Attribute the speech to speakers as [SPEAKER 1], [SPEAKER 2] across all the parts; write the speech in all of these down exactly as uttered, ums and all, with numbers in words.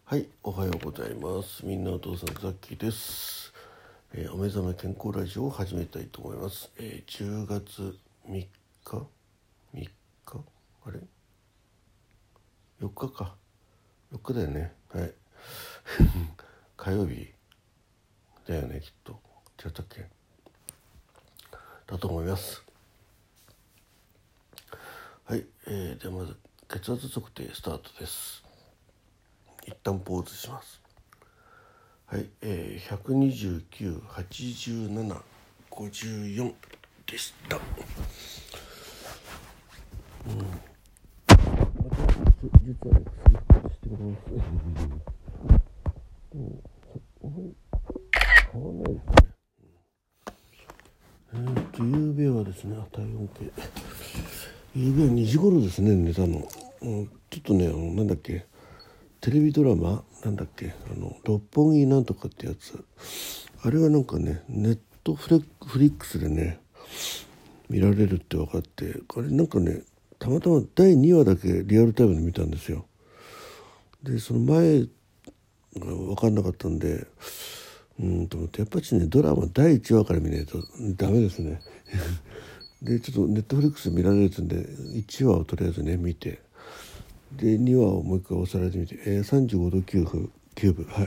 [SPEAKER 1] はい、おはようございます。みんなお父さんザッキーです。えー、お目覚め健康ラジオを始めたいと思います。えー、じゅうがつみっかみっかあれよっかかよっかだよね。はい火曜日だよね、きっと。違ったっけだと思います。はい、えー、ではまず血圧測定スタートです。一旦ポーズします。はい、えー、ひゃくにじゅうきゅう、はちじゅうなな、ごじゅうよんでした。うん、また実はね、薬服してございます。でもあんまり変わらないですね。えー、っと夕べはですね、体温計夕べはにじ頃ですね、寝たの。うん、ちょっとね、あのなんだっけテレビドラマなんだっけあの六本木なんとかってやつ、あれはなんかねネットフレフリックスでね見られるって分かって、あれなんかねたまたまだいにわだけリアルタイムで見たんですよ。でその前が分かんなかったんで、うんと思って、やっぱりねドラマだいいちわから見ないとダメですねでちょっとネットフリックスで見られるやつんでいちわをとりあえずね見て、でにわをもう一回おさらいで見て、えー、さんじゅうごどきゅうぶきゅうぶ、はい、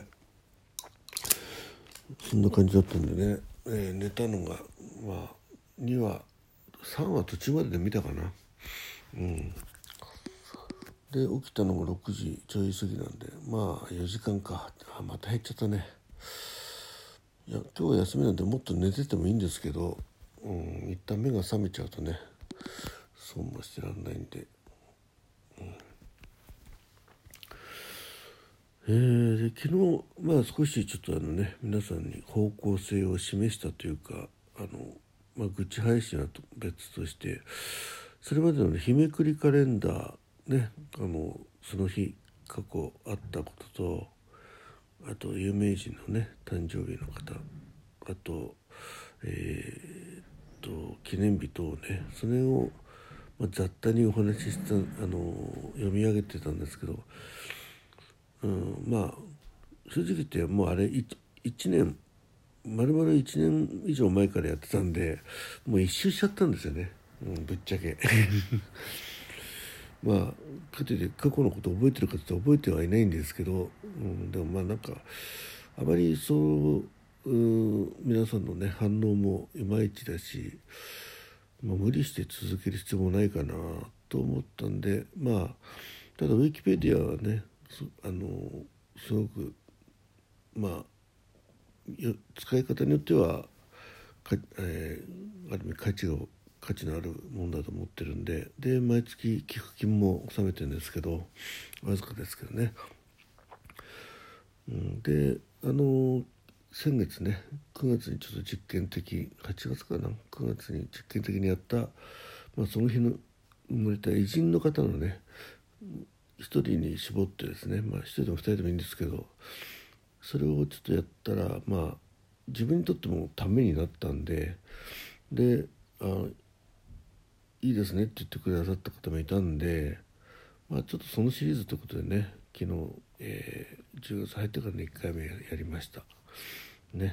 [SPEAKER 1] そんな感じだったんでね、えー、寝たのがまあにわさんわ途中までで見たかな。うんで起きたのがろくじちょい過ぎなんで、まあよじかんか。あまた減っちゃったね。いや今日は休みなんでもっと寝ててもいいんですけど、うん、一旦目が覚めちゃうとねそうもしてらんないんで、うん、えー、で昨日まあ少しちょっとあのね皆さんに方向性を示したというか、あの、まあ、愚痴配信は別として、それまでの、ね、日めくりカレンダーね、あのその日過去あったことと、あと有名人のね誕生日の方、あとえー、っと記念日等ね、それを、まあ、雑多にお話ししたあの読み上げてたんですけど、うん、まあ正直言ってもうあれ 1, 1年丸々いちねん以上前からやってたんで、もう一周しちゃったんですよね、うん、ぶっちゃけまあかといって過去のことを覚えてるかって覚えてはいないんですけど、うん、でもまあなんかあまりそう皆さんのね反応もいまいちだし、まあ、無理して続ける必要もないかなと思ったんで、まあただウィキペディアはねあのすごくまあ使い方によってはか、えー、ある意味価値が価値のあるものだと思ってるんで、で毎月寄付金も納めてるんですけど、わずかですけどね、うん、であの先月ねくがつにちょっと実験的はちがつかなくがつに実験的にやった、まあ、その日の生まれた偉人の方のね一人に絞ってですね、まあ一人でも二人でもいいんですけど、それをちょっとやったらまあ自分にとってもためになったんで、であいいですねって言ってくださった方もいたんで、まあ、ちょっとそのシリーズということでね昨日、えー、じゅうがつ入ってからねいっかいめやりましたね。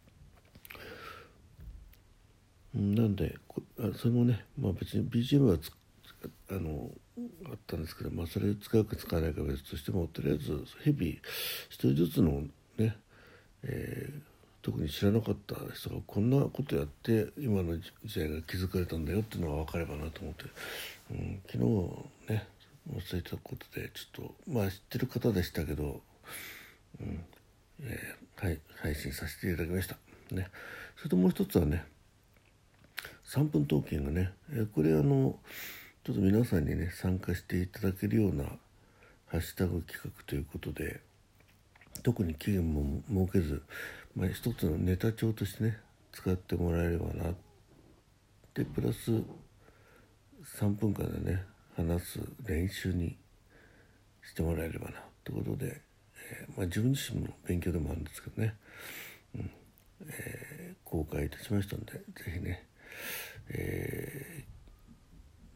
[SPEAKER 1] なんであそれもね、まあ、別に ビージーエム はつあのあったんですけど、まあ、それ使うか使わないか別としても、とりあえず日々一人ずつのね、えー、特に知らなかった人がこんなことやって今の時代が築かれたんだよっていうのが分かればなと思って、うん、昨日ねそういったことでちょっとまあ知ってる方でしたけど、うんえーはい、配信させていただきましたね。それともう一つはねさんぷんトーキングね、えー、これあのちょっと皆さんにね参加していただけるようなハッシュタグ企画ということで、特に期限も設けず、まあ、一つのネタ帳としてね使ってもらえればなで、プラスさんぷんかんでね話す練習にしてもらえればなということで、えーまあ、自分自身の勉強でもあるんですけどね、うんえー、公開いたしましたのでぜひね、え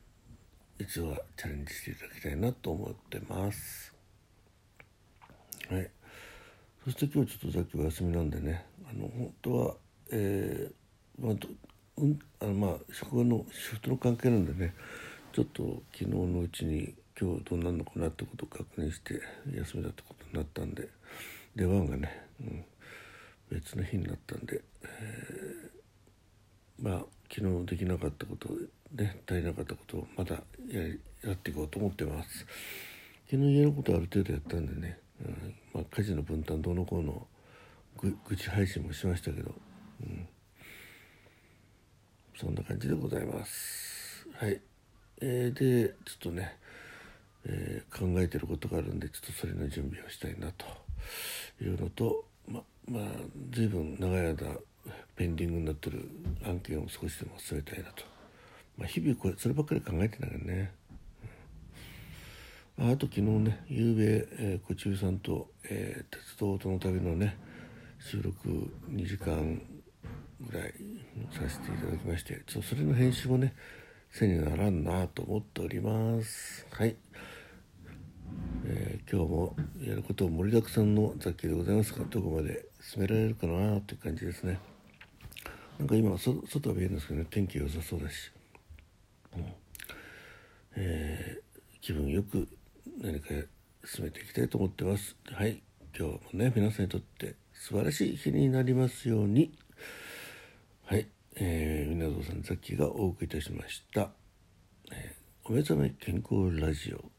[SPEAKER 1] ー、一度はチャレンジしていただきたいなと思ってます。 はい。そして今日ちょっとさっきお休みなんでね、あの本当は、えー、まあ、うん、あのまあ職場のシフトの関係なんでね、ちょっと昨日のうちに今日どうなるのかなってことを確認して休みだってことになったんで、出番がね、うん、別の日になったんで、えー、まあ昨日できなかったことね、足りなかったことをまたやりやっていこうと思ってます。昨日やることはある程度やったんでね、うん、まあ、家事の分担どうのこうのぐ愚痴配信もしましたけど、うん、そんな感じでございます。はい。えー、でちょっとね、えー、考えてることがあるんで、ちょっとそれの準備をしたいなというのと、ままあ随分長い間ペンディングになってる案件を少しでも進めたいなと、まあ、日々これそればっかり考えてないからね。あと昨日ね、夕べ、えー、こちゅうさんと、えー、鉄道との旅のね収録にじかんぐらいさせていただきまして、ちょっとそれの編集もねせにならんなと思っております。はい、えー、今日もやること盛りだくさんの雑記でございますが、どこまで進められるかなという感じですね。なんか今そ外は見えるんですけどね、天気良さそうだし、うん、えー、気分よく何か進めていきたいと思ってます。はい、今日もね皆さんにとって素晴らしい日になりますように。はい、えー、みなぞうさんザッキーがお送りいたしました、えー、お目覚め健康ラジオ、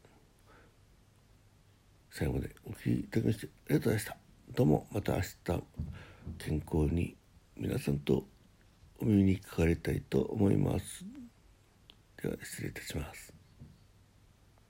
[SPEAKER 1] 最後までお聞きいただきましてありがとうございました。どうもまた明日健康に皆さんとお耳にかかりたいと思います。では失礼いたします。